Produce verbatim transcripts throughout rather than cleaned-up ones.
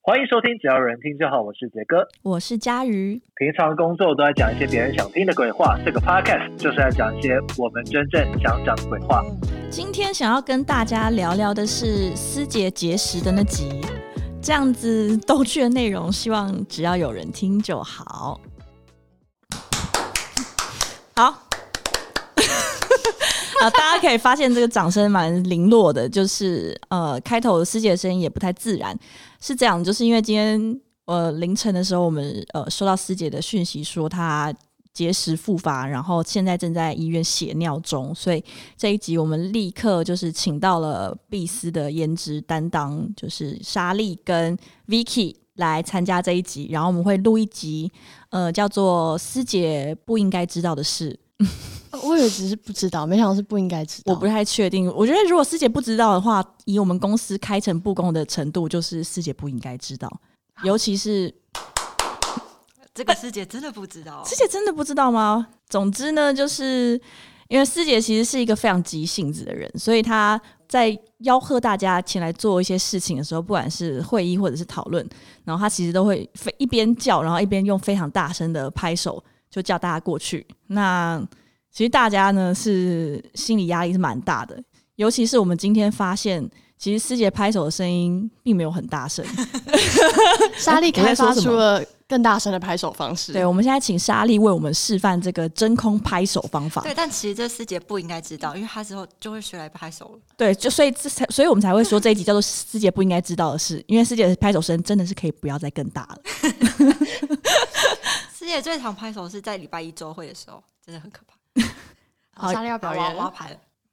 欢迎收听，只要有人听就好。我是杰哥， 我是佳瑜。 平常工作都在讲一些别人想听的鬼话，这个 podcast 就是来讲一些我们真正想讲的鬼话。 今天想要跟大家聊聊的是思杰节食的那集，这样子逗趣的内容，希望只要有人听就好。好。啊，大家可以发现这个掌声蛮零落的，就是呃，开头思杰的声音也不太自然。是这样，就是因为今天呃凌晨的时候，我们呃收到思杰的讯息说他结石复发，然后现在正在医院血尿中，所以这一集我们立刻就是请到了碧斯的颜值担当，就是莎莉跟 Vicky 来参加这一集，然后我们会录一集呃叫做思杰不应该知道的事。 我以为只是不知道，没想到是不应该知道。 我不太确定，我觉得如果师姐不知道的话，以我们公司开诚布公的程度，就是师姐不应该知道，尤其是这个师姐真的不知道。 师姐真的不知道吗？总之呢，就是因为师姐其实是一个非常急性子的人，所以她在吆喝大家前来做一些事情的时候，不管是会议或者是讨论，然后她其实都会一边叫，然后一边用非常大声的拍手，就叫大家过去。那其实大家呢是心理压力是蛮大的，尤其是我们今天发现，其实师姐拍手的声音并没有很大声。 莎莉开发出了更大声的拍手方式。 对，我们现在请莎莉为我们示范这个真空拍手方法。 对，但其实这师姐不应该知道，因为她之后就会学来拍手了。 对，就所以所以我们才会说这一集叫做师姐不应该知道的事，因为师姐的拍手声真的是可以不要再更大了。 师姐最常拍手是在礼拜一周会的时候，真的很可怕。 好，莎莉要表演， 我要拍了。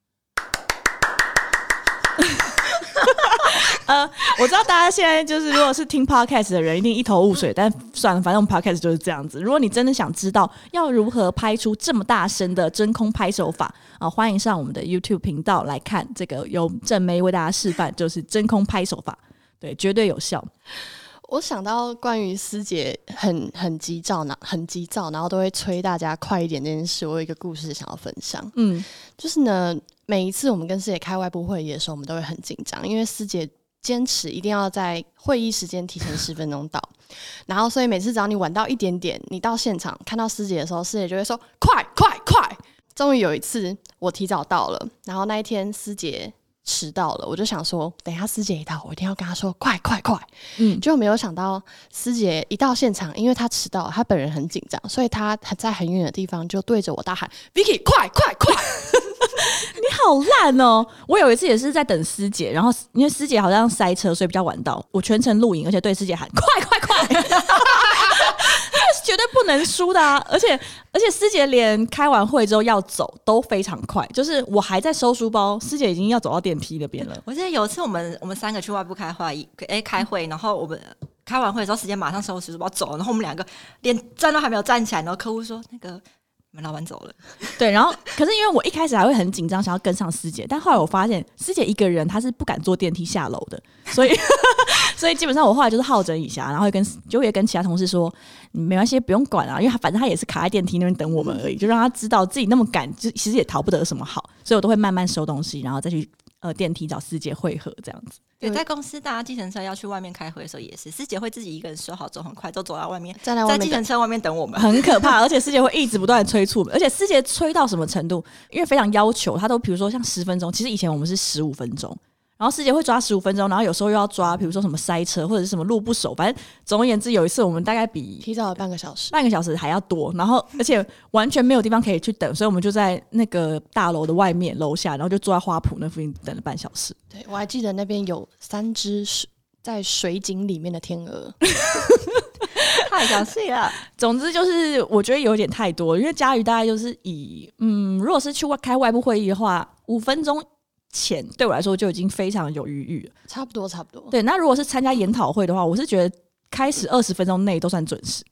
呃，我知道大家现在就是，如果是听 podcast 的人，一定一头雾水。但算了，反正我们 podcast 就是这样子。如果你真的想知道要如何拍出这么大声的真空拍手法啊、呃，欢迎上我们的 YouTube 频道来看这个由正妹为大家示范，就是真空拍手法，对，绝对有效。 我想到关于思杰很很急躁，很急躁，然后都会催大家快一点这件事，我有一个故事想要分享。嗯，就是呢，每一次我们跟思杰开外部会议的时候，我们都会很紧张，因为思杰坚持一定要在会议时间提前十分钟到，然后所以每次只要你晚到一点点，你到现场看到思杰的时候，思杰就会说快快快。终于有一次我提早到了，然后那一天思杰迟到了，我就想说等一下师姐一到我一定要跟她说快快快。嗯，结果没有想到师姐一到现场，因为她迟到，她本人很紧张，所以她在很远的地方就对着我大喊 Vicky 快快快。 你好烂哦！我有一次也是在等师姐，然后因为师姐好像塞车，所以比较晚到，我全程录影，而且对师姐喊快快快。绝对不能输的啊！而且而且师姐连开完会之后要走都非常快，就是我还在收书包，师姐已经要走到电梯那边了。 我记得有一次我们我们三个去外部开会，哎、欸、开会，然后我们开完会的时候，师姐马上收拾书包走了，然后我们两个连站都还没有站起来，然后客户说那个你们老板走了。 对，然后可是因为我一开始还会很紧张，想要跟上师姐，但后来我发现师姐一个人她是不敢坐电梯下楼的，所以所以基本上我后来就是好整以暇，然后跟就会跟其他同事说没关系不用管啊，因为反正他也是卡在电梯那边等我们而已，就让他知道自己那么赶就其实也讨不得什么好，所以我都会慢慢收东西，然后再去呃电梯找师姐会合这样子。 对，在公司搭计程车要去外面开会的时候也是，师姐会自己一个人收好走很快，都走到外面， 在外面在计程车外面等我们， 很可怕。而且师姐会一直不断的催促我们，而且师姐催到什么程度？因为非常要求，她都比如说像十分钟，其实以前我们是十五分钟。然后师姐会抓十五分钟，然后有时候又要抓，比如说什么塞车或者是什么路不熟，反正总而言之，有一次我们大概比提早了半个小时， 半个小时还要多，然后而且完全没有地方可以去等，所以我们就在那个大楼的外面楼下，然后就坐在花圃那附近等了半小时。 对，我还记得那边有三只在水井里面的天鹅。 太详细了。 总之就是我觉得有点太多，因为嘉瑜大概就是以嗯，如果是去开外部会议的话，五分钟前对我来说就已经非常有余裕了， 差不多差不多。 对，那如果是参加研讨会的话，我是觉得开始二十分钟内都算准时。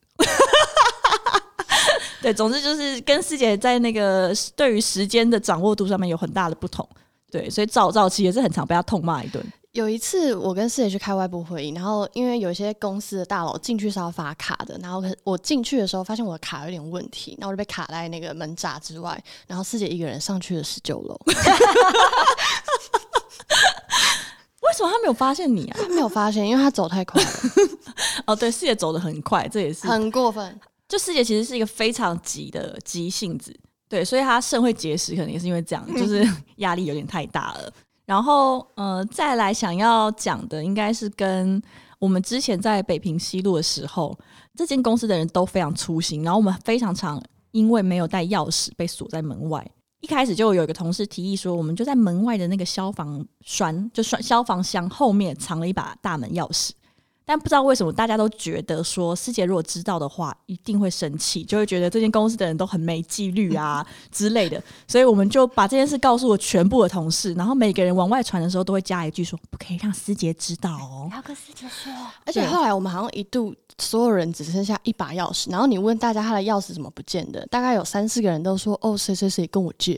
对，总之就是跟师姐在那个对于时间的掌握度上面有很大的不同。对，所以早早期也是很常被他痛骂一顿。 有一次我跟师姐去开外部会议，然后因为有一些公司的大楼进去是要发卡的，然后我进去的时候发现我的卡有点问题，然后我就被卡在那个门闸之外，然后师姐一个人上去了十九楼。 为什么他没有发现你啊？ 他没有发现，因为他走太快了。 哦，对，师姐走得很快，这也是很过分。 就师姐其实是一个非常急的急性子，对，所以她肾会结石，可能也是因为这样，就是压力有点太大了。然后呃，再来想要讲的，应该是跟我们之前在北平西路的时候，这间公司的人都非常粗心，然后我们非常常因为没有带钥匙被锁在门外。一开始就有一个同事提议说，我们就在门外的那个消防栓，就消防箱后面藏了一把大门钥匙。但不知道为什么大家都觉得说师姐如果知道的话一定会生气，就会觉得这间公司的人都很没纪律啊之类的，所以我们就把这件事告诉了全部的同事，然后每个人往外传的时候都会加一句说不可以让师姐知道哦， 不要跟师姐说。 而且后来我们好像一度所有人只剩下一把钥匙，然后你问大家他的钥匙怎么不见的，大概有三四个人都说哦谁谁谁跟我借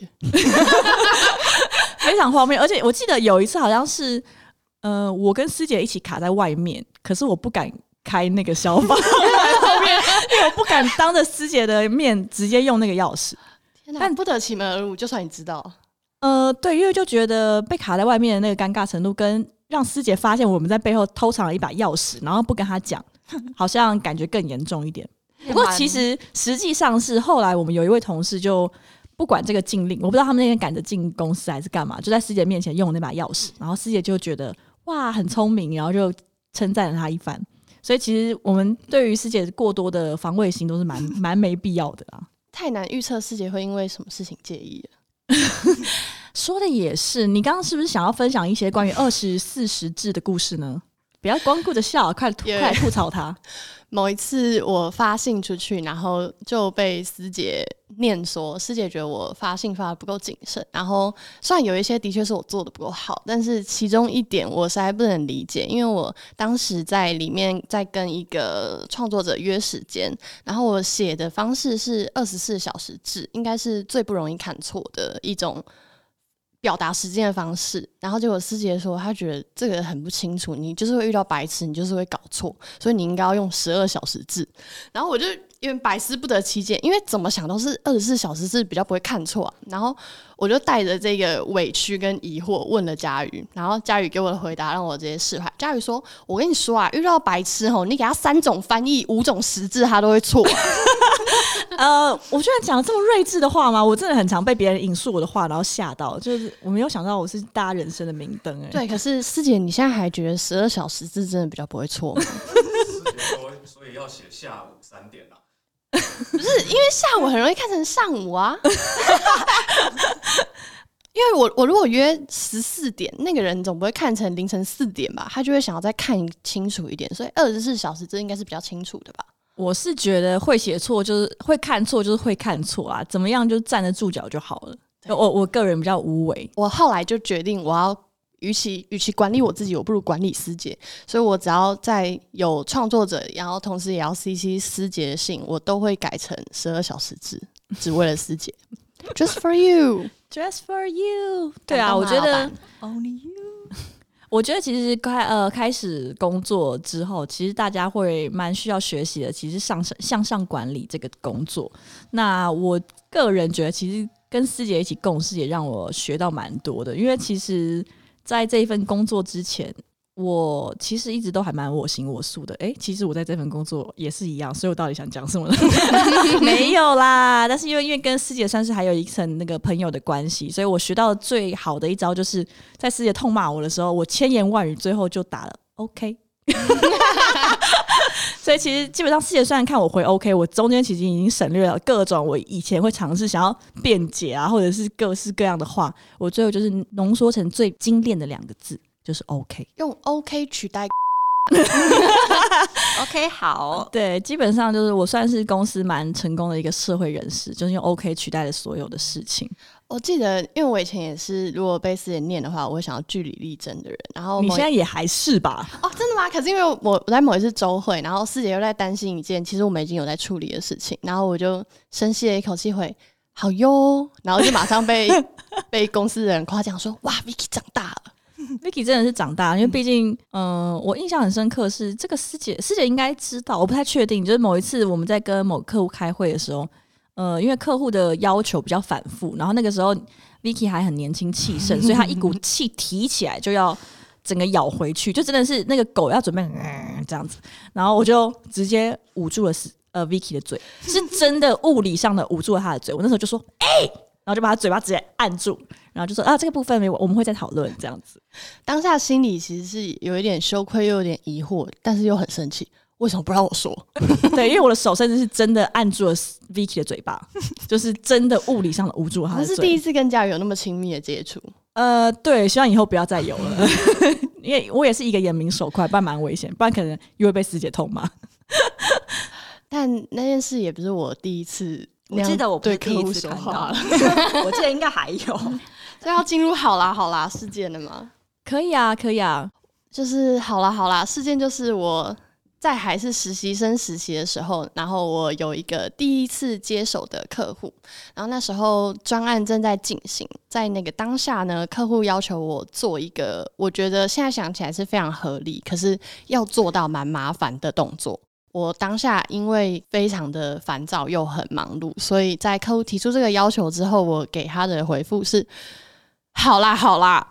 非常荒谬。而且我记得有一次好像是呃，我跟师姐一起卡在外面，可是我不敢开那个消防后面，因为我不敢当着师姐的面直接用那个钥匙。 但不得其门而入，就算你知道， 呃，对，因为就觉得被卡在外面的那个尴尬程度，跟让师姐发现我们在背后偷藏了一把钥匙，然后不跟她讲，好像感觉更严重一点。不过其实实际上是后来我们有一位同事就不管这个禁令，我不知道他们那天赶着进公司还是干嘛，就在师姐面前用那把钥匙，然后师姐就觉得哇很聪明，然后就称赞了他一番。所以其实我们对于师姐过多的防卫心都是蛮蛮没必要的啦。 太难预测师姐会因为什么事情介意了。 说的也是，你刚刚是不是想要分享一些关于二十四时制的故事呢？不要光顾着笑，快吐快吐槽他。 某一次我发信出去，然后就被师姐念说，师姐觉得我发信发的不够谨慎，然后虽然有一些的确是我做的不够好，但是其中一点我实在不能理解，因为我当时在里面在跟一个创作者约时间，然后我写的方式是二十四小时制，应该是最不容易看错的一种表达时间的方式，然后结果师姐说她觉得这个很不清楚，你就是会遇到白痴，你就是会搞错，所以你应该要用十二小时制。然后我就因为百思不得其解，因为怎么想都是二十四小时制比较不会看错啊。然后我就带着这个委屈跟疑惑问了佳瑜，然后佳瑜给我的回答让我直接释怀。佳瑜说：“我跟你说啊，遇到白痴吼，你给他三种翻译、五种实质，他都会错、啊。” 呃，我居然讲了这么睿智的话吗？我真的很常被别人引述我的话，然后吓到，就是我没有想到我是大家人生的明灯哎、欸。 对，可是师姐，你现在还觉得十二小时制真的比较不会错吗？ 师姐说，所以要写下午三点啊。 不是，因为下午很容易看成上午啊。因为我我如果约十四点，那个人总不会看成凌晨四点吧？他就会想要再看清楚一点，所以二十四小时这应该是比较清楚的吧？ 我是觉得会写错就是会看错，就是会看错啊，怎么样就站得住脚就好了。我我个人比较无为， 我后来就决定，我要与其与其管理我自己，我不如管理师姐。所以我只要在有创作者，然后同时也要 C C 师姐的信，我都会改成十二小时制，只为了师姐。Just for you, just for you。对啊，我觉得 Only you。 我觉得其实开呃开始工作之后，其实大家会蛮需要学习的，其实上向上管理这个工作。那我个人觉得，其实跟师姐一起共事也让我学到蛮多的，因为其实在这一份工作之前，我其实一直都还蛮我行我素的。哎，其实我在这份工作也是一样，所以我到底想讲什么呢？没有啦，但是因为因为跟师姐算是还有一层那个朋友的关系，所以我学到最好的一招就是在师姐痛骂我的时候，我千言万语最后就打了 OK。所以其实基本上师姐虽然看我回 OK， 我中间其实已经省略了各种我以前会尝试想要辩解啊，或者是各式各样的话，我最后就是浓缩成最精炼的两个字，就是 OK， 用 OK 取代 OK 好， 对，基本上就是我算是公司蛮成功的一个社会人士，就是用 OK 取代了所有的事情。 我记得，因为我以前也是，如果被师姐念的话，我会想要据理力争的人。然后你现在也还是吧？ 哦，真的吗？可是因为我我在某一次周会，然后师姐又在担心一件其实我们已经有在处理的事情，然后我就深吸了一口气回好哟，然后就马上被被公司的人夸奖说哇 Vicky 长大了。 Vicky 真的是长大了，因为毕竟，嗯、呃，我印象很深刻是这个师姐，师姐应该知道，我不太确定。就是某一次我们在跟某客户开会的时候，呃，因为客户的要求比较反复，然后那个时候 Vicky 还很年轻气盛，所以她一股气提起来就要整个咬回去，就真的是那个狗要准备、嗯、这样子，然后我就直接捂住了呃 Vicky 的嘴，是真的物理上的捂住了他的嘴。我那时候就说哎、欸，然后就把他嘴巴直接按住，然后就说啊这个部分没我们会再讨论这样子。 当下心里其实是有一点羞愧又有点疑惑，但是又很生气，为什么不让我说？ 对，因为我的手甚至是真的按住了 Vicky 的嘴巴，就是真的物理上的捂住他的嘴。 这是第一次跟家人有那么亲密的接触。 呃，对，希望以后不要再有了，因为我也是一个眼明手快，不然蛮危险，不然可能又会被师姐痛骂。 但那件事也不是我第一次， 我记得我不是对客户第一次看说话到，我记得应该还有。 这要进入好啦好啦事件了吗？ 可以啊，可以啊， 就是好啦好啦事件，就是我在还是实习生实习的时候，然后我有一个第一次接手的客户，然后那时候专案正在进行，在那个当下呢，客户要求我做一个我觉得现在想起来是非常合理，可是要做到蛮麻烦的动作。我当下因为非常的烦躁又很忙碌，所以在客户提出这个要求之后，我给他的回复是好啦好啦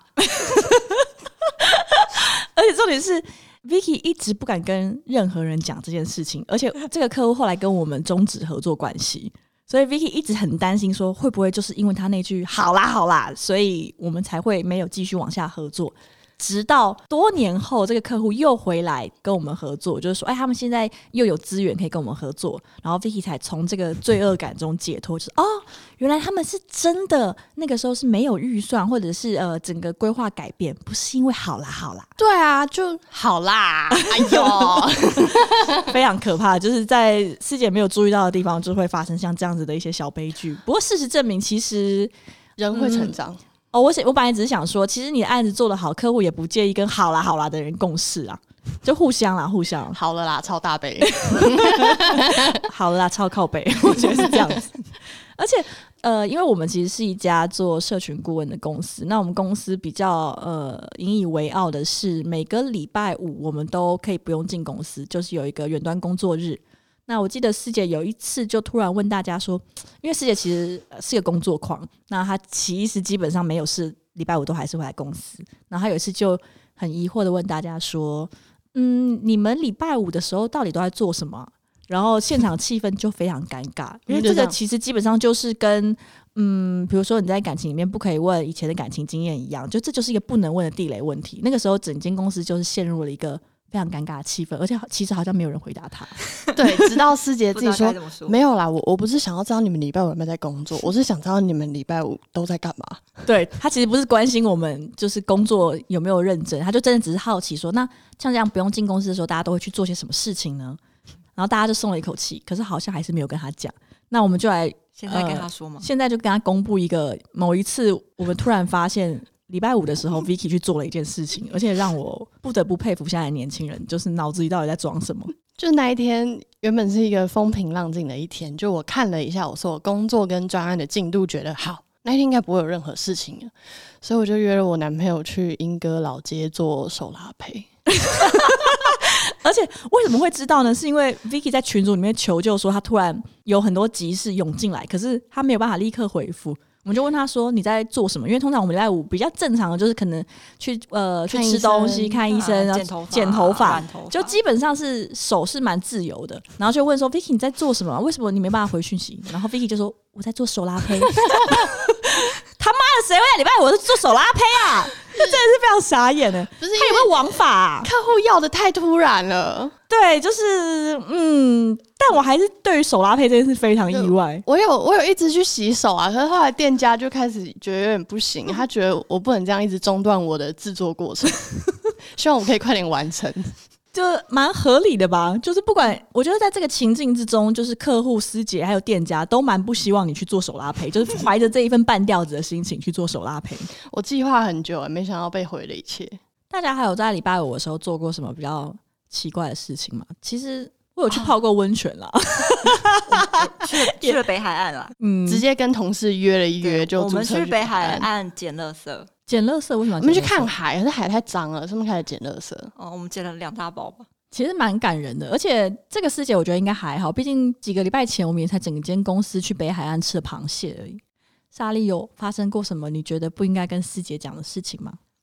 而且重点是 Vicky 一直不敢跟任何人讲这件事情，而且这个客户后来跟我们终止合作关系，所以 Vicky 一直很担心说会不会就是因为他那句好啦好啦，所以我们才会没有继续往下合作。直到多年后这个客户又回来跟我们合作，就是说哎，他们现在又有资源可以跟我们合作，然后 Vicky 才从这个罪恶感中解脱，就是哦，原来他们是真的那个时候是没有预算，或者是呃整个规划改变，不是因为好啦好啦。 对啊，就好啦哎呦非常可怕，就是在师姐没有注意到的地方就会发生像这样子的一些小悲剧。不过事实证明其实人会成长、嗯哦，我我本来只是想说，其实你的案子做得好，客户也不介意跟好啦好啦的人共事啊，就互相啦，互相好了啦，超大杯， 好了啦，超靠北，我觉得是这样子。而且呃，因为我们其实是一家做社群顾问的公司，那我们公司比较呃引以为傲的是，每个礼拜五我们都可以不用进公司，就是有一个远端工作日。那我记得师姐有一次就突然问大家说，因为师姐其实是个工作狂，那她其实基本上没有事礼拜五都还是会来公司，然后她有一次就很疑惑的问大家说，嗯，你们礼拜五的时候到底都在做什么？然后现场气氛就非常尴尬，因为这个其实基本上就是跟嗯，比如说你在感情里面不可以问以前的感情经验一样，就这就是一个不能问的地雷问题。那个时候整间公司就是陷入了一个非常尴尬的气氛，而且其实好像没有人回答他。 对，直到师姐自己 说, 说没有啦，我我不是想要知道你们礼拜五有没有在工作，我是想知道你们礼拜五都在干嘛。 对，他其实不是关心我们就是工作有没有认真，他就真的只是好奇说，那像这样不用进公司的时候，大家都会去做些什么事情呢？然后大家就松了一口气，可是好像还是没有跟他讲。那我们就来现在跟他说吗、 呃？现在就跟他公布一个某一次我们突然发现礼拜五的时候Vicky 去做了一件事情，而且让我不得不佩服现在的年轻人，就是脑子里到底在装什么。 就那一天原本是一个风平浪静的一天，就我看了一下我所有工作跟专案的进度，觉得好，那一天应该不会有任何事情了，所以我就约了我男朋友去莺歌老街做手拉胚。 而且为什么会知道呢？是因为 Vicky 在群组里面求救说他突然有很多急事涌进来，可是他没有办法立刻回复。我们就问他说你在做什么，因为通常我们礼拜五比较正常的就是可能去呃去吃东西、看医生、 剪头发、 剪头发， 头发就基本上是手是蛮自由的。然后就问说 Vicky 你在做什么？为什么你没办法回讯息？然后 Vicky 就说我在做手拉胚。他妈的，谁会在礼拜五是做手拉胚啊？这真的是非常傻眼的。 不是他有没有王法啊？ 客户要的太突然了。 对，就是嗯，但我还是对于手拉胚这件事非常意外。 我有我有一直去洗手啊，可是后来店家就开始觉得有点不行，他觉得我不能这样一直中断我的制作过程，希望我可以快点完成。 就蛮合理的吧，就是不管我觉得在这个情境之中，就是客户、师姐还有店家都蛮不希望你去做手拉胚，就是怀着这一份半吊子的心情去做手拉胚。 我计划很久，没想到被毁了一切。 大家还有在礼拜五的时候做过什么比较奇怪的事情吗？其实我有去泡过温泉啦， 去了去了北海岸啦， 嗯， 直接跟同事约了一约就我们租车去北海岸。 岸捡垃圾。 捡垃圾为什么要捡垃圾？ 我们去看海，可是海太脏了，所以我们开始捡垃圾。 哦，我们捡了两大包吧。 其实蛮感人的，而且这个师姐我觉得应该还好，毕竟几个礼拜前我们也才整间公司去北海岸吃了螃蟹而已。莎莉有发生过什么你觉得不应该跟师姐讲的事情吗？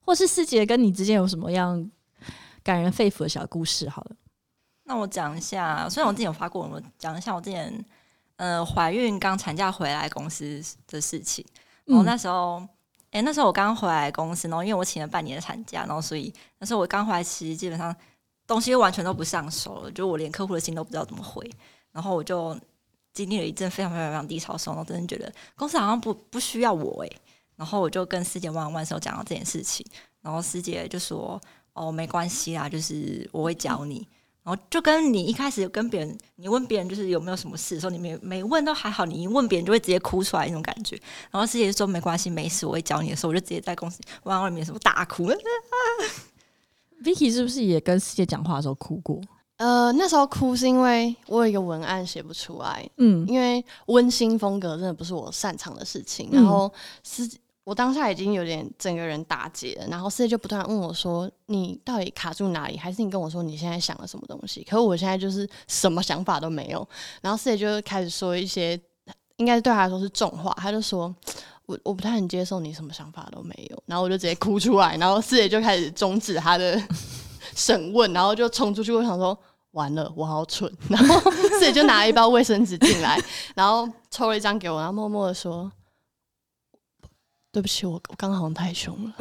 或是师姐跟你之间有什么样感人肺腑的小故事？好了， 那我讲一下，虽然我之前有发过，我讲一下我之前呃怀孕刚产假回来公司的事情。然后那时候，哎、嗯欸，那时候我刚回来公司，然后因为我请了半年的产假，然后所以那时候我刚回来，其实基本上东西完全都不上手了，就我连客户的信都不知道怎么回，然后我就经历了一阵非常非常非常低潮的时候，我真的觉得公司好像不不需要我哎、欸，然后我就跟师姐万万时候讲到这件事情，然后师姐就说哦没关系啦，就是我会教你。然后就跟你一开始跟别人，你问别人就是有没有什么事的时候，你没没问都还好，你一问别人就会直接哭出来那种感觉。然后师姐就说没关系，没事，我会教你的时候，我就直接在公司万万里面什么大哭。 Vicky 是不是也跟师姐讲话的时候哭过？ 呃，那时候哭是因为我有一个文案写不出来， 嗯， 因为温馨风格真的不是我擅长的事情， 嗯、 然后师我当下已经有点整个人打结了，然后师姐就不断问我说你到底卡住哪里，还是你跟我说你现在想了什么东西，可是我现在就是什么想法都没有，然后师姐就开始说一些应该对她来说是重话，她就说我我不太能接受你什么想法都没有，然后我就直接哭出来，然后师姐就开始终止她的审问，然后就冲出去，我想说完了我好蠢，然后师姐就拿了一包卫生纸进来，然后抽了一张给我，然后默默的说对不起，我我刚好像太凶了。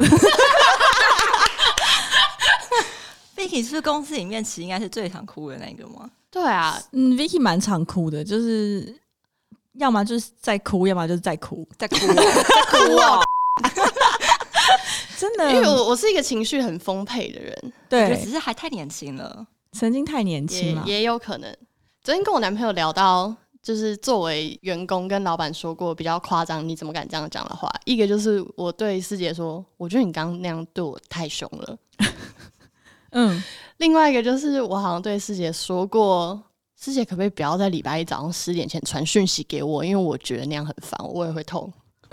Vicky 是不是公司里面其实应该是最常哭的那个吗？ 对啊， 嗯 ，Vicky 蛮常哭的，就是要么就是在哭，要么就是在哭， 在哭、喔，在哭哦、喔， 真的， 因为我我是一个情绪很丰沛的人， 对， 只是还太年轻了， 曾经太年轻了， 也也有可能。昨天跟我男朋友聊到。就是作为员工跟老板说过比较夸张你怎么敢这样讲的话，一个就是我对师姐说我觉得你刚刚那样对我太凶了嗯， 另外一个就是我好像对师姐说过师姐可不可以不要在礼拜一早上十点前传讯息给我，因为我觉得那样很烦，我也会痛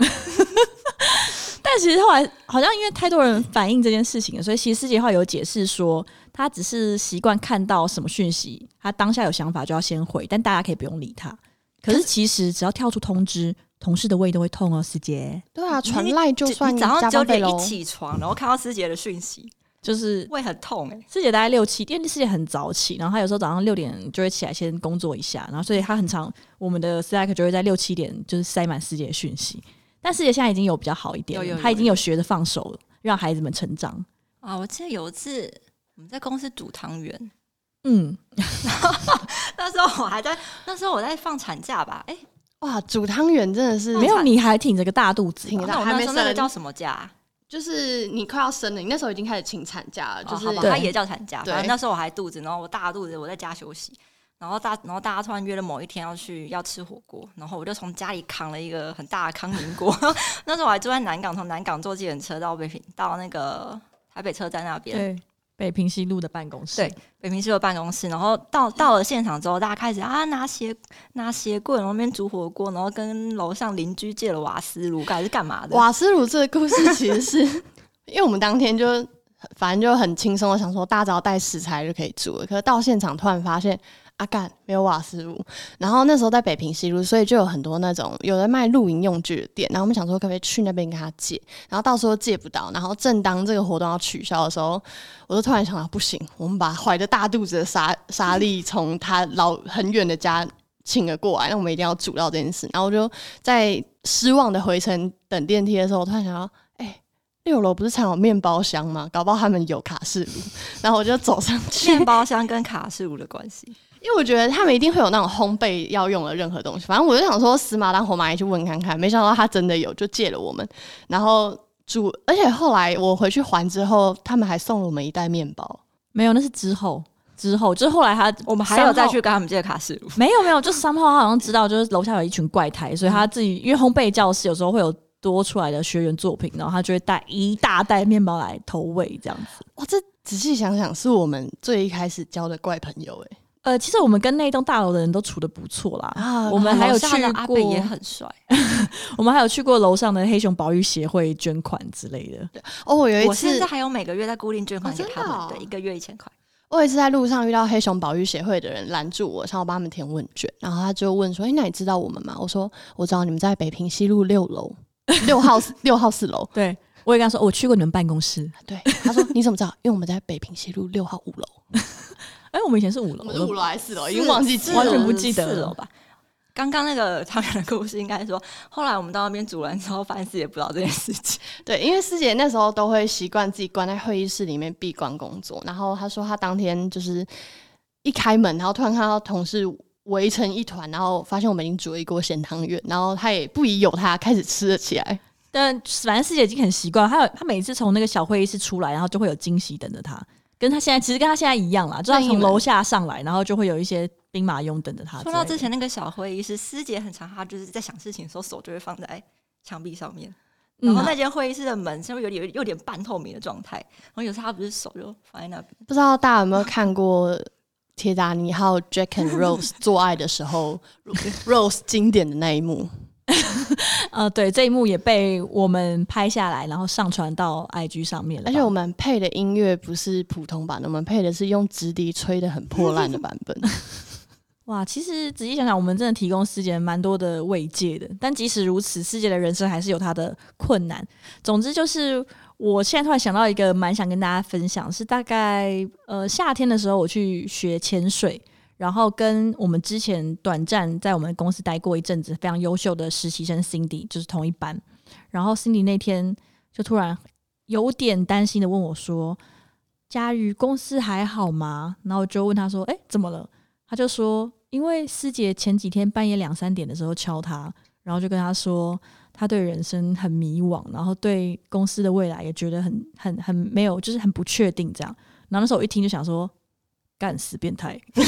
但其实后来好像因为太多人反映这件事情了，所以其实师姐后来有解释说她只是习惯看到什么讯息她当下有想法就要先回，但大家可以不用理她。可是其实只要跳出通知，同事的胃都会痛哦，师姐。 对啊，传赖就算早上九点一咯起床，然后看到师姐的讯息， 就是胃很痛哎、欸。 师姐大概六七，因为师姐很早起，然后她有时候早上六点就会起来先工作一下，然后所以她很常我们的 Slack 就会在六七点就是塞满师姐的讯息。但师姐现在已经有比较好一点了，她已经有学着放手了，让孩子们成长啊！我记得有一次我们在公司煮汤圆， 嗯， 那时候我还在，那时候我在放产假吧，哎、欸， 哇，煮汤圆真的是没有，你还挺着个大肚子， 挺着那我还没生， 那时候那个叫什么假？ 就是你快要生了，你那时候已经开始请产假了，就是、 哦、好吧，它也叫产假。 对， 反正那时候我还肚子，然后我大肚子，我在家休息。然后大，然后大家突然约了某一天要去要吃火锅，然后我就从家里扛了一个很大的康宁锅。那时候我还住在南港，从南港坐计程车到北平，到那个台北车站那边， 对，北平西路的办公室， 对，北平西路的办公室。然后到到了现场之后，大家开始啊拿鞋拿鞋棍，然后那边煮火锅，然后跟楼上邻居借了瓦斯炉，还是干嘛的？ 瓦斯炉这个故事其实是因为我们当天就反正就很轻松的想说，大家只要带食材就可以煮了，可是到现场突然发现。啊干没有瓦斯炉，然后那时候在北平西路，所以就有很多那种有人卖露营用具的店，然后我们想说可不可以去那边跟他借，然后到时候借不到，然后正当这个活动要取消的时候，我就突然想到不行，我们把怀着大肚子的莎莎莉从他老很远的家请了过来，那我们一定要煮到这件事，然后我就在失望的回程等电梯的时候，我突然想到哎六楼不是常有面包箱吗？搞不好他们有卡式炉，然后我就走上去。 面包箱跟卡式炉的关系， 因为我觉得他们一定会有那种烘焙要用的任何东西，反正我就想说死马当活马医去问看看，没想到他真的有，就借了我们，然后煮，而且后来我回去还之后，他们还送了我们一袋面包。 没有，那是之后。之后就是后来他我们还有再去跟他们借卡式炉， 没有没有，就三号他好像知道，就是楼下有一群怪胎，所以他自己因为烘焙教室有时候会有多出来的学员作品，然后他就会带一大袋面包来投喂这样子。 哇，这仔细想想是我们最一开始交的怪朋友哎。 呃，其实我们跟那栋大楼的人都处得不错啦。啊，我们还有去过， 阿北也很帅。 我们还有去过楼上的黑熊保育协会捐款之类的。 哦，我有一次， 我现在还有每个月在固定捐款给他们， 哦、 对，一个月一千块。 我有一次在路上遇到黑熊保育协会的人拦住我，想要帮他们填问卷，然后他就问说：“哎、欸，那你知道我们吗？”我说：“我知道，你们在北平西路六楼六号六号四楼。” 对， 我也跟他说、哦、我去过你们办公室。 对，他说你怎么知道？因为我们在北平西路六号五楼。 哎、欸，我们以前是五楼， 我们是五楼还是四楼？已经忘记记了， 完全不记得了吧？刚刚那个汤圆的故事，应该说后来我们到那边煮完之后，发现师姐不知道这件事情。 对，因为师姐那时候都会习惯自己关在会议室里面闭关工作，然后她说她当天就是一开门，然后突然看到同事围成一团，然后发现我们已经煮了一锅咸汤圆，然后她也不疑有他，开始吃了起来。 但反正师姐已经很习惯，她她每次从那个小会议室出来，然后就会有惊喜等着她。跟他现在其实跟他现在一样啦，就他从楼下上来，然后就会有一些兵马俑等着他。 说到之前那个小会议室，师姐很常她就是在想事情的时候，手就会放在墙壁上面，然后那间会议室的门是有点有点半透明的状态，然后有时候她不是手就放在那边。 不知道大家有没有看过铁达尼号 Jack and Rose 做爱的时候Rose 经典的那一幕。 呃，对，这一幕也被我们拍下来，然后上传到 I G 上面了。 而且我们配的音乐不是普通版的，我们配的是用直笛吹的很破烂的版本。 哇，其实仔细想想，我们真的提供师姐蛮多的慰藉的。但即使如此，师姐的人生还是有她的困难。总之就是，我现在突然想到一个蛮想跟大家分享，是大概呃夏天的时候我去学潜水。然后跟我们之前短暂在我们公司待过一阵子非常优秀的实习生 Cindy 就是同一班，然后 Cindy 那天就突然有点担心的问我说：佳瑜，公司还好吗？然后我就问他说：哎，怎么了？他就说因为师姐前几天半夜两三点的时候敲他，然后就跟他说他对人生很迷惘，然后对公司的未来也觉得很很很没有，就是很不确定这样。然后那时候我一听就想说干死变态。没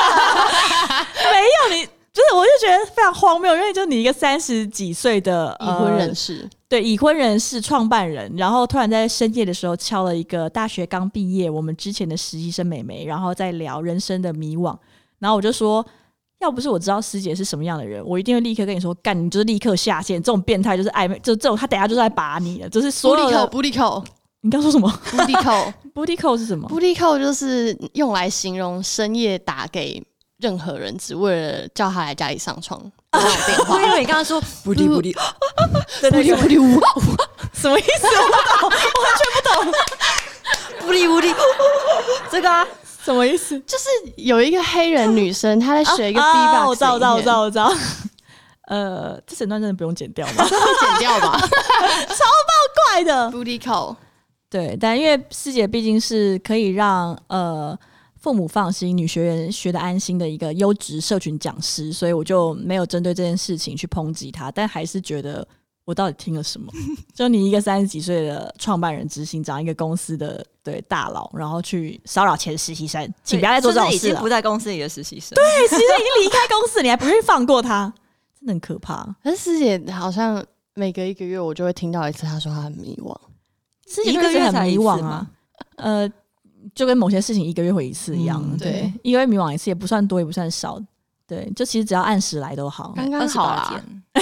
有，你就是我就觉得非常荒谬，因为就你一个三十几岁的已婚人士、呃、 对已婚人士创办人，然后突然在深夜的时候敲了一个大学刚毕业我们之前的实习生妹妹，然后在聊人生的迷惘。然后我就说要不是我知道师姐是什么样的人，我一定会立刻跟你说干，你就是立刻下线，这种变态就是暧昧，就这种他等一下就是在把你了，就是所有的布利口。 你刚说什么 ？Booty call，Booty call 是什么 ？Booty call 就是用来形容深夜打给任何人，只为了叫他来家里上床的那种电话。 因为你刚刚说 Booty Booty， 对对对 ，Booty 呜， 什么意思？我不懂，我完全不懂。 Booty Booty， 这个啊， 什么意思？ 就是有一个黑人女生，她在学一个 B-box，、啊啊、 我知道，我知道，我知道，我知道。呃，这整段真的不用剪掉吗？ 会剪掉吧？超爆怪的 Booty call。 对，但因为师姐毕竟是可以让呃父母放心、女学员学得安心的一个优质社群讲师，所以我就没有针对这件事情去抨击她，但还是觉得我到底听了什么？就你一个三十几岁的创办人、执行长，一个公司的对大佬，然后去骚扰前实习生，请不要再做这种事了。 已经不在公司里的实习生， 对，其实已经离开公司，你还不愿意放过他，真的很可怕。 可是师姐好像每隔一个月我就会听到一次，她说她很迷惘。 师姐就是很迷惘啊，呃，就跟某些事情一个月回一次一样，嗯、对，对一个月迷惘一次也不算多，也不算少，对，就其实只要按时来都好， 刚刚好啦。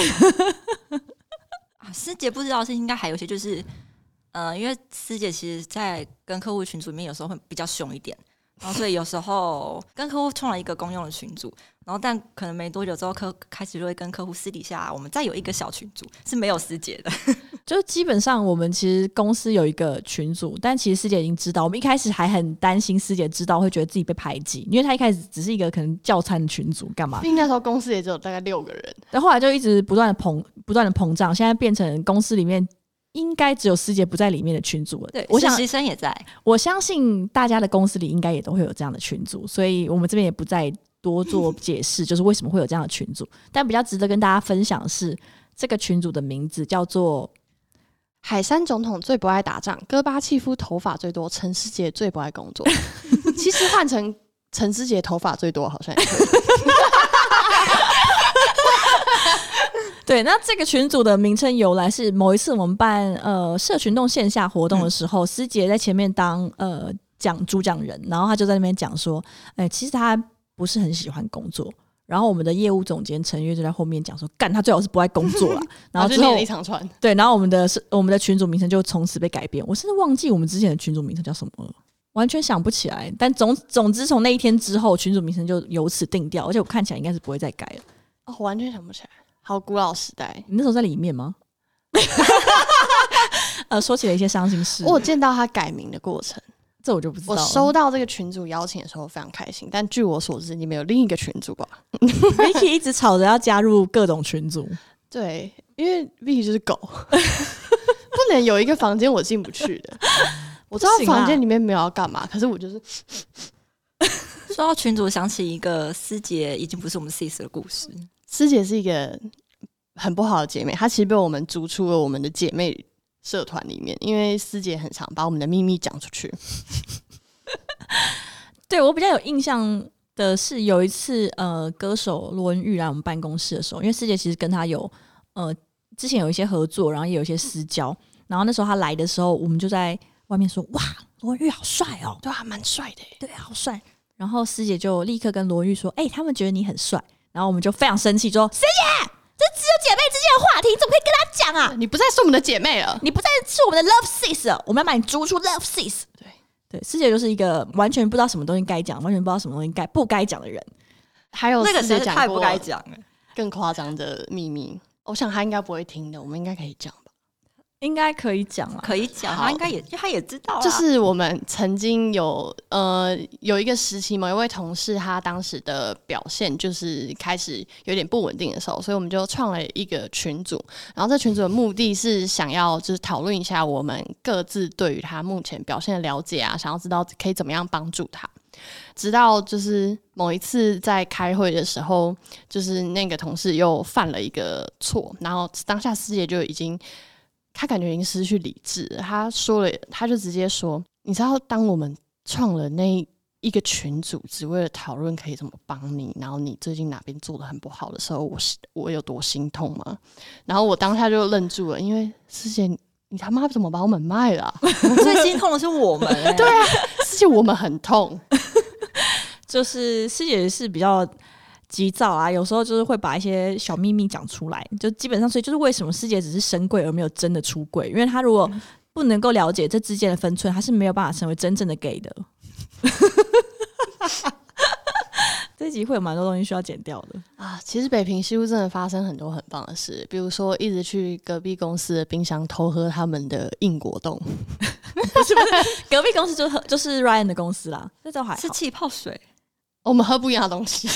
啊，师姐不知道是应该还有一些就是，呃，因为师姐其实在跟客户群组里面有时候会比较凶一点，然后所以有时候跟客户创了一个公用的群组，然后但可能没多久之后，客开始就会跟客户私底下，我们再有一个小群组是没有师姐的。 就基本上我们其实公司有一个群组，但其实师姐已经知道，我们一开始还很担心师姐知道会觉得自己被排挤，因为她一开始只是一个可能教餐的群组干嘛， 毕竟那时候公司也只有大概六个人， 但后来就一直不断的膨不断的膨胀，现在变成公司里面应该只有师姐不在里面的群组了。 对， 我想实习生也在， 我相信大家的公司里应该也都会有这样的群组，所以我们这边也不再多做解释就是为什么会有这样的群组。但比较值得跟大家分享的是，这个群组的名字叫做海山总统最不爱打仗，戈巴契夫头发最多，陈师姐最不爱工作。其实换成陈师姐头发最多好像也可以。 对，那这个群组的名称由来是某一次我们办呃社群动线下活动的时候，嗯、师姐在前面当呃讲主讲人，然后她就在那边讲说，哎、欸，其实她不是很喜欢工作。然后我们的业务总监陈月就在后面讲说，干他最好是不爱工作啦。然后之后就念了一长串， 对，然后我们的我们的群组名称就从此被改变。我甚至忘记我们之前的群组名称叫什么了，完全想不起来。但总总之从那一天之后，群组名称就由此定调，而且我看起来应该是不会再改了。 哦，完全想不起来，好古老时代。 你那时候在里面吗？ 呃说起了一些伤心事。 我有见到他改名的过程， 这我就不知道了。 我收到这个群组邀请的时候非常开心，但据我所知，你们有另一个群组吧 ？Vicky 一直吵着要加入各种群组。 对，因为 Vicky 就是狗，不能有一个房间我进不去的。我知道房间里面没有要干嘛，可是我就是。 说到群组，想起一个师姐已经不是我们 sis 的故事。 师姐是一个很不好的姐妹，她其实被我们逐出了我们的姐妹社团里面，因为师姐很常把我们的秘密讲出去。 对，我比较有印象的是有一次，呃，歌手罗文玉来我们办公室的时候，因为师姐其实跟他有呃之前有一些合作，然后也有一些私交，然后那时候他来的时候，我们就在外面说：“哇，罗文玉好帅哦！” 对啊，蛮帅的， 对啊，好帅。然后师姐就立刻跟罗文玉说：“哎、欸，他们觉得你很帅。”然后我们就非常生气，说：“师姐，这只有姐妹之间的话题，你怎么可以跟她讲啊？ 你不再是我们的姐妹了， 你不再是我们的 love sis 了，我们要把你逐出 love sis。”对对，师姐就是一个完全不知道什么东西该讲，完全不知道什么东西该不该讲的人。 还有那个师姐讲过太不该讲了， 更夸张的秘密，我想她应该不会听的，我们应该可以讲吧？ 应该可以讲了， 可以讲，他应该也他也知道啦。 就是我们曾经有呃有一个时期，某一位同事他当时的表现就是开始有点不稳定的时候，所以我们就创了一个群组，然后这群组的目的是想要就是讨论一下我们各自对于他目前表现的了解啊，想要知道可以怎么样帮助他。直到就是某一次在开会的时候，就是那个同事又犯了一个错，然后当下师姐就已经。他感觉已经失去理智了，他说了，他就直接说：“你知道，当我们创了那一个群组，只为了讨论可以怎么帮你，然后你最近哪边做得很不好的时候，我我有多心痛吗？”然后我当下就愣住了，因为师姐，你他妈怎么把我们卖了、啊？ 最心痛的是我们、欸， 对啊，师姐，我们很痛。 就是师姐是比较。急躁啊，有时候就是会把一些小秘密讲出来，就基本上，所以就是为什么师姐只是深柜而没有真的出柜，因为她如果不能够了解这之间的分寸，她是没有办法成为真正的 gay 的。这一集会有蛮多东西需要剪掉的啊！其实北平西路真的发生很多很棒的事，比如说一直去隔壁公司的冰箱偷喝他们的硬果冻。 不是不是，隔壁公司就就是 Ryan 的公司啦，这都还好是气泡水。 我们喝不一样的东西，因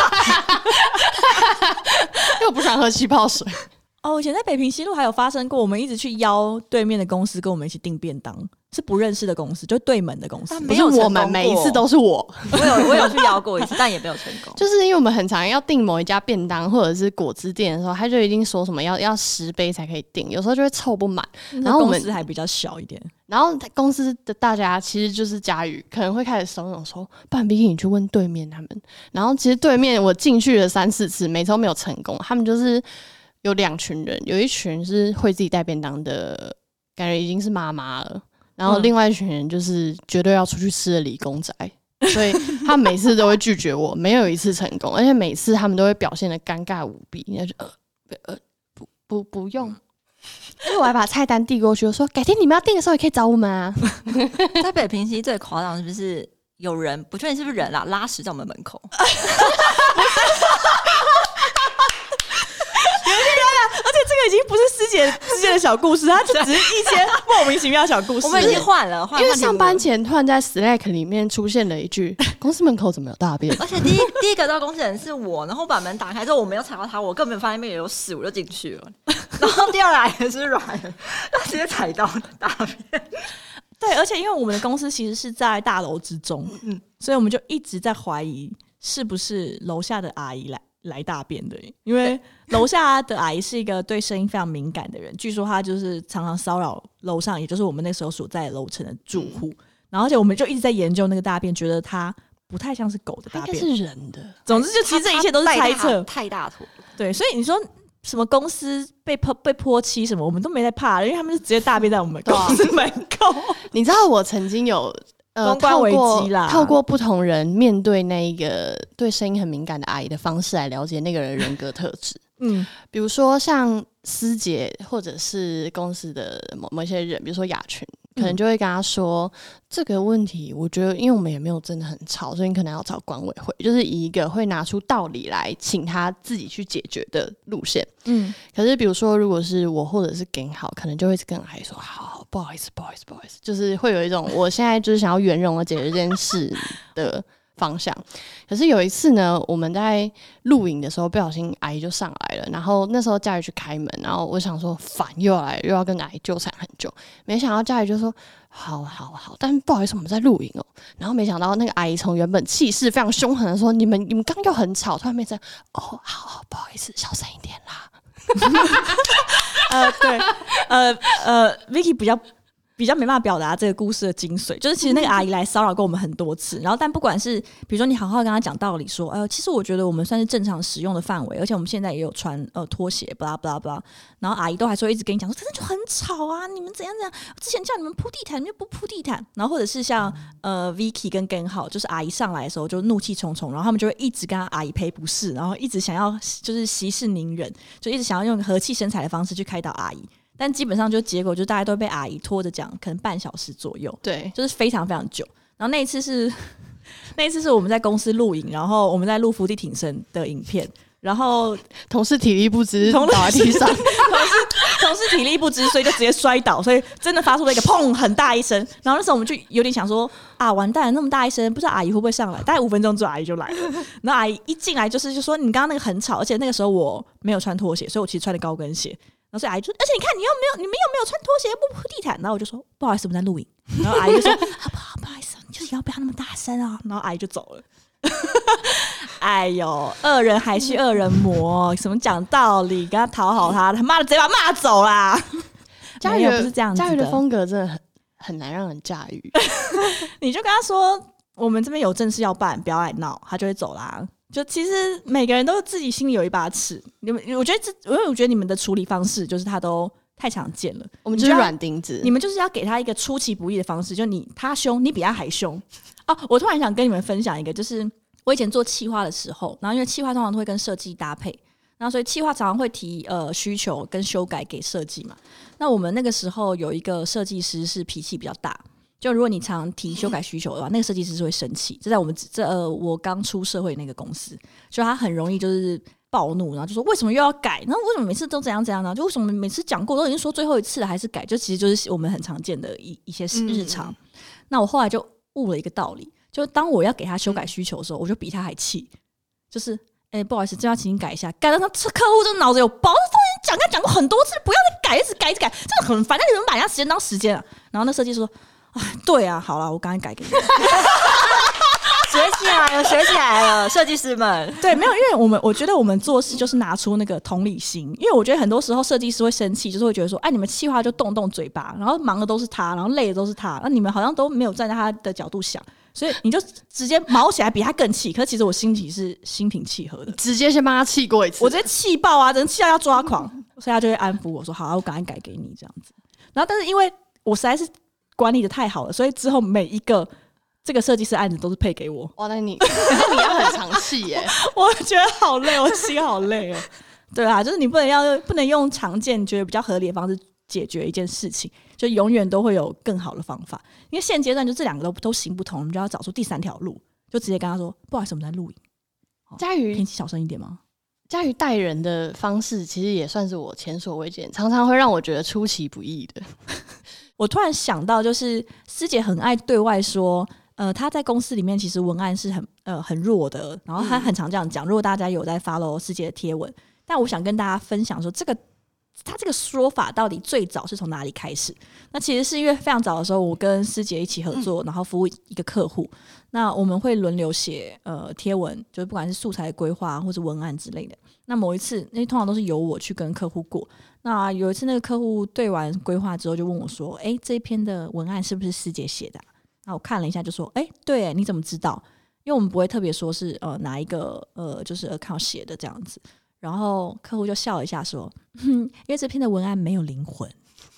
为我不喜欢喝气泡水。 哦，以前在北平西路还有发生过，我们一直去邀对面的公司跟我们一起订便当，是不认识的公司，就对门的公司。 不是我们每一次都是我， 我有我有去邀过一次，但也没有成功。 就是因为我们很常要订某一家便当或者是果汁店的时候，他就一定说什么要要十杯才可以订，有时候就会凑不满。然后我们公司还比较小一点， 然后公司的大家其实就是佳宇，可能会开始怂恿说：“不然 Vicky 你去问对面他们。”然后其实对面我进去了三四次，每次都没有成功。他们就是有两群人，有一群是会自己带便当的，感觉已经是妈妈了。然后另外一群人就是绝对要出去吃的理工仔，所以他们每次都会拒绝我，没有一次成功，而且每次他们都会表现得尴尬无比，就呃呃不不不用，因为我还把菜单递过去，我说改天你们要订的时候也可以找我们啊。 在北平西最夸张是不是有人不确定是不是人啦，拉屎在我们门口。 而且这个已经不是师姐之间的小故事，它就只是一些莫名其妙的小故事。 我们已经换了，换因为上班前突然在 Slack 里面出现了一句“公司门口怎么有大便”， 而且第一第一个到公司的人是我，然后把门打开之后，我没有踩到他，我根本没有发现那边有屎，我就进去了。然后第二来的是 Ryan， 他直接踩到大便。 对，而且因为我们的公司其实是在大楼之中，嗯，所以我们就一直在怀疑是不是楼下的阿姨来。来大便的，因为楼下的阿姨是一个对声音非常敏感的人，据说她就是常常骚扰楼上，也就是我们那时候所在楼层的住户。然后而且我们就一直在研究那个大便，觉得它不太像是狗的大便， 应该是人的。 总之，就其实这一切都是猜测， 太大坨。 对，所以你说什么公司被泼被泼漆什么，我们都没在怕，因为他们是直接大便在我们公司门口。 你知道我曾经有。呃， 公关危机啦， 透过不同人面对那一个对声音很敏感的阿姨的方式来了解那个人人格特质。嗯，比如说像师姐或者是公司的某某一些人，比如说雅群，可能就会跟他说、嗯、这个问题，我觉得因为我们也没有真的很吵，所以你可能要找管委会，就是以一个会拿出道理来请他自己去解决的路线。嗯，可是比如说如果是我或者是耿好，可能就会跟阿姨说好。 不好意思不好意思不好意思，就是会有一种我现在就是想要圆融的解决这件事的方向。可是有一次呢，我们在录影的时候不小心阿姨就上来了，然后那时候佳瑜去开门，然后我想说烦又要来又要跟阿姨纠缠很久，没想到佳瑜就说好好好，但不好意思我们在录影哦。然后没想到那个阿姨从原本气势非常凶狠的说你们你们刚刚又很吵，突然变成哦好好不好意思小声一点啦。 呃对呃呃 Vicky 比较比较没办法表达这个故事的精髓，就是其实那个阿姨来骚扰过我们很多次，然后但不管是比如说你好好跟她讲道理说呃，其实我觉得我们算是正常使用的范围，而且我们现在也有穿呃拖鞋 blah blah blah， 然后阿姨都还是会一直跟你讲说真的就很吵啊，你们怎样怎样，之前叫你们铺地毯你们不铺地毯，然后或者是像呃 Vicky 跟根浩，就是阿姨上来的时候就怒气冲冲，然后他们就会一直跟阿姨赔不是，然后一直想要就是息事宁人，就一直想要用和气生财的方式去开导阿姨，但基本上就结果就大家都被阿姨拖着讲，可能半小时左右， 对， 就是非常非常久。然后那一次是那一次是我们在公司录影，然后我们在录伏地挺身的影片，然后同事体力不支倒在地上，同事同事体力不支，所以就直接摔倒，所以真的发出了一个砰很大一声。然后那时候我们就有点想说啊，完蛋了，那么大一声，不知道阿姨会不会上来？大概五分钟之后阿姨就来了。然后阿姨一进来就是就说你刚刚那个很吵，而且那个时候我没有穿拖鞋，所以我其实穿的高跟鞋。然后所以阿姨说，而且你看你又没有，你们又没有穿拖鞋，不铺地毯。然后我就说不好意思，我们在录影。然后阿姨就说啊不好不好意思，你就是要不要那么大声啊？然后阿姨就走了。哎呦，恶人还需恶人磨，什么讲道理，跟他讨好他，他妈的直接把他骂走啦。 佳瑜不是这样子的， 佳瑜的风格真的很很难让人驾驭。 你就跟他说，我们这边有正事要办，不要来闹，他就会走啦。就其实每个人都自己心里有一把尺，你们我觉得这，因为我觉得你们的处理方式就是他都太常见了， 我们就是软钉子， 你们就是要给他一个出其不意的方式，就你他凶，你比他还凶。哦，我突然想跟你们分享一个，就是我以前做企划的时候，然后因为企划通常都会跟设计搭配，然后所以企划常常会提呃需求跟修改给设计嘛。那我们那个时候有一个设计师是脾气比较大。就如果你常提修改需求的话，那个设计师是会生气。这在我们这呃，我刚出社会那个公司，就他很容易就是暴怒，然后就说为什么又要改？然后为什么每次都怎样怎样呢？就为什么每次讲过都已经说最后一次了还是改？就其实就是我们很常见的一一些日常。嗯、那我后来就悟了一个道理，就当我要给他修改需求的时候，我就比他还气，就是哎、欸，不好意思，这要请你改一下，改到他客户这脑子有包，讲他讲过很多次，不要再改，一直改一直改，真的很烦。那你们把人家时间当时间啊？然后那设计师说。对啊，好了，我刚才改给你。 学起来了，学起来了，设计师们。 对，没有，因为我们我觉得我们做事就是拿出那个同理心，因为我觉得很多时候设计师会生气，就是会觉得说，哎，你们企划就动动嘴巴，然后忙的都是他，然后累的都是他，那你们好像都没有站在他的角度想，所以你就直接毛起来比他更气。可是其实我心里是心平气和的， 直接先帮他气过一次， 我直接气爆啊，真的气到要抓狂，所以他就会安抚我说，好、啊，我赶快改给你这样子。然后，但是因为我实在是管理的太好了，所以之后每一个这个设计师案子都是配给我。 哇，那你那你要很长气耶！ 我觉得好累，我心好累哦。对啊，就是你不能要不能用常见觉得比较合理的方式解决一件事情，就永远都会有更好的方法。因为现阶段就这两个都都行不通，我们就要找出第三条路，就直接跟他说：“不好意思，我们在录影。” 佳瑜， 天气小声一点吗？ 佳瑜待人的方式其实也算是我前所未见，常常会让我觉得出其不意的。 我突然想到，就是师姐很爱对外说，呃，她在公司里面其实文案是很呃很弱的，然后她很常这样讲。如果大家有在 follow 师姐的贴文，但我想跟大家分享说，这个她这个说法到底最早是从哪里开始？那其实是因为非常早的时候，我跟师姐一起合作，然后服务一个客户，那我们会轮流写呃贴文，就是不管是素材规划或是文案之类的。那某一次，因为通常都是由我去跟客户过。那有一次，那个客户对完规划之后，就问我说：“哎、欸，这一篇的文案是不是师姐写的、啊？”那我看了一下，就说：“哎、欸，对，你怎么知道？”因为我们不会特别说是呃哪一个呃就是 account 写的这样子。然后客户就笑了一下说：“哼，因为这篇的文案没有灵魂。”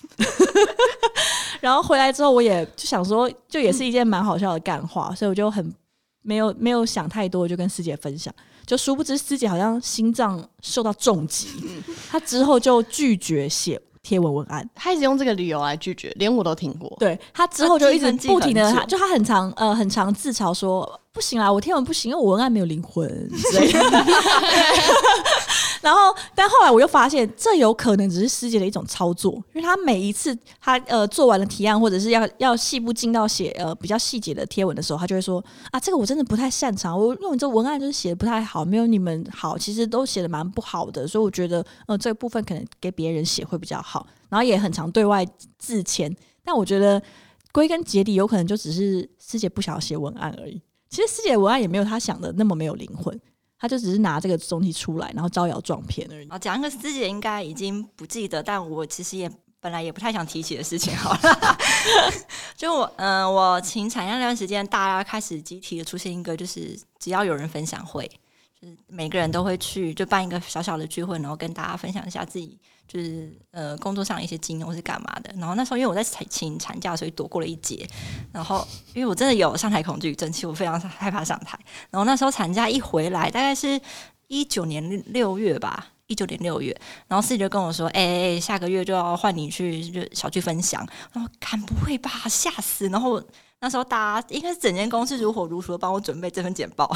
然后回来之后，我也就想说，就也是一件蛮好笑的干话，所以我就很没有没有想太多，就跟师姐分享。就殊不知师姐好像心脏受到重击，她之后就拒绝写贴文文案， 她一直用这个理由来拒绝，连我都听过。 对，她之后就一直不停的，就她很常呃很常自嘲说不行啦，我贴文不行，因为我文案没有灵魂之类的。 然后，但后来我又发现，这有可能只是师姐的一种操作，因为她每一次她呃做完了提案，或者是要要细部进到写呃比较细节的贴文的时候，她就会说啊，这个我真的不太擅长，我用这文案就是写的不太好，没有你们好，其实都写的蛮不好的，所以我觉得呃这个部分可能给别人写会比较好。然后也很常对外自谦，但我觉得归根结底，有可能就只是师姐不想要写文案而已。其实师姐的文案也没有她想的那么没有灵魂。他就只是拿这个东西出来，然后招摇撞骗而已。 讲一个师姐应该已经不记得，但我其实也本来也不太想提起的事情好了。就我，嗯、呃，我请产业那段时间，大家开始集体的出现一个，就是只要有人分享会，就是每个人都会去，就办一个小小的聚会，然后跟大家分享一下自己就是呃工作上的一些经验或是干嘛的。然后那时候因为我在请产假，所以躲过了一劫。然后因为我真的有上台恐惧症，其实我非常害怕上台。然后那时候产假一回来，大概是一九年六月吧，一九年六月，然后师姐就跟我说：“哎、欸欸，下个月就要换你去就小聚分享。”然后看不会吧，吓死！然后那时候大家应该是整间公司如火如荼的帮我准备这份简报。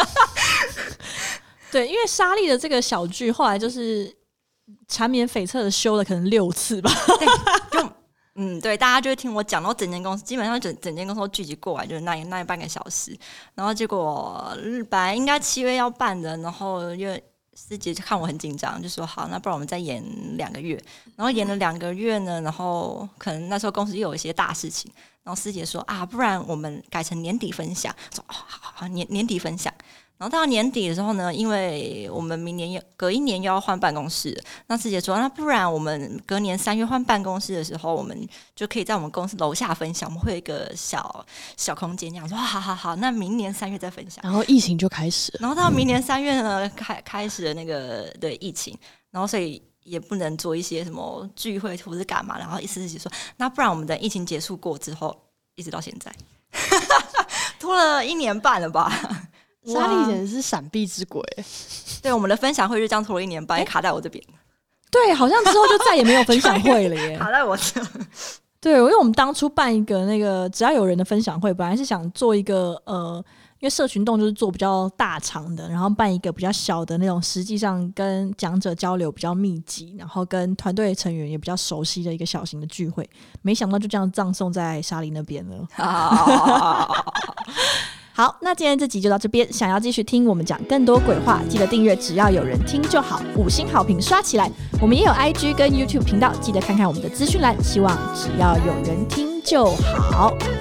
对，因为莎莉的这个小剧后来就是缠绵悱恻的修了可能六次吧。 对，就嗯，对，大家就会听我讲，然后整间公司基本上整整间公司都聚集过来，就是那那半个小时。然后结果本来应该七月要办的，然后因为师姐就看我很紧张，就说好，那不然我们再延两个月。然后延了两个月呢，然后可能那时候公司又有一些大事情，然后师姐说啊，不然我们改成年底分享。说哦，好好好，年年底分享。然后到年底的时候呢，因为我们明年隔一年又要换办公室，那师姐说，那不然我们隔年三月换办公室的时候，我们就可以在我们公司楼下分享，我们会有一个小小空间，这样说，好好好，那明年三月再分享。 然后疫情就开始了， 然后到明年三月呢，开开始了那个对疫情，然后所以也不能做一些什么聚会或是干嘛，然后师姐说，那不然我们等疫情结束过之后，一直到现在，拖了一年半了吧。 莎莉简直是闪避之鬼。 对，我们的分享会就这样拖了一年半，也卡在我这边。 对，好像之后就再也没有分享会了耶。 卡在我这。 对，因为我们当初办一个那个只要有人的分享会，本来是想做一个呃，因为社群动就是做比较大场的，然后办一个比较小的那种，实际上跟讲者交流比较密集，然后跟团队成员也比较熟悉的一个小型的聚会。没想到就这样葬送在莎莉那边了。好，那今天这集就到这边。想要继续听我们讲更多鬼话，记得订阅只要有人听就好，五星好评刷起来。我们也有 I G 跟 YouTube 频道，记得看看我们的资讯栏。希望只要有人听就好。